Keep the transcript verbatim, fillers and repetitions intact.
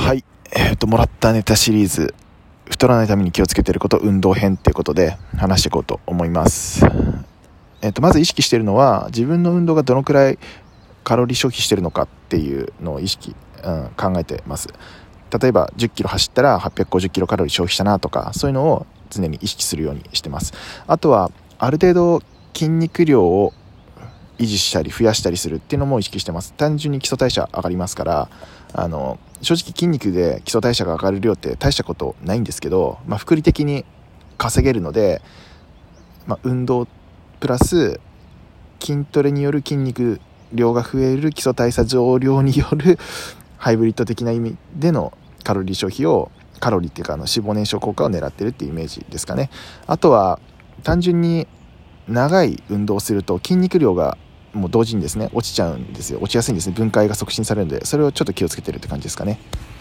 はい、えーともらったネタシリーズ、太らないために気をつけていること、運動編っていうことで話していこうと思います。えーとまず意識しているのは、自分の運動がどのくらいカロリー消費しているのかっていうのを意識、うん、考えてます。例えばじゅっキロ走ったらはっぴゃくごじゅっキロカロリー消費したなとか、そういうのを常に意識するようにしてます。あとはある程度筋肉量を維持したり増やしたりするっていうのも意識してます。単純に基礎代謝上がりますから、あの正直筋肉で基礎代謝が上がる量って大したことないんですけど、まあ、複利的に稼げるので、まあ、運動プラス筋トレによる筋肉量が増える基礎代謝増量によるハイブリッド的な意味でのカロリー消費を、カロリーっていうかあの脂肪燃焼効果を狙ってるっていうイメージですかね。あとは単純に長い運動をすると筋肉量がもう同時にですね落ちちゃうんですよ。落ちやすいんですね。分解が促進されるので、それをちょっと気をつけてるって感じですかね。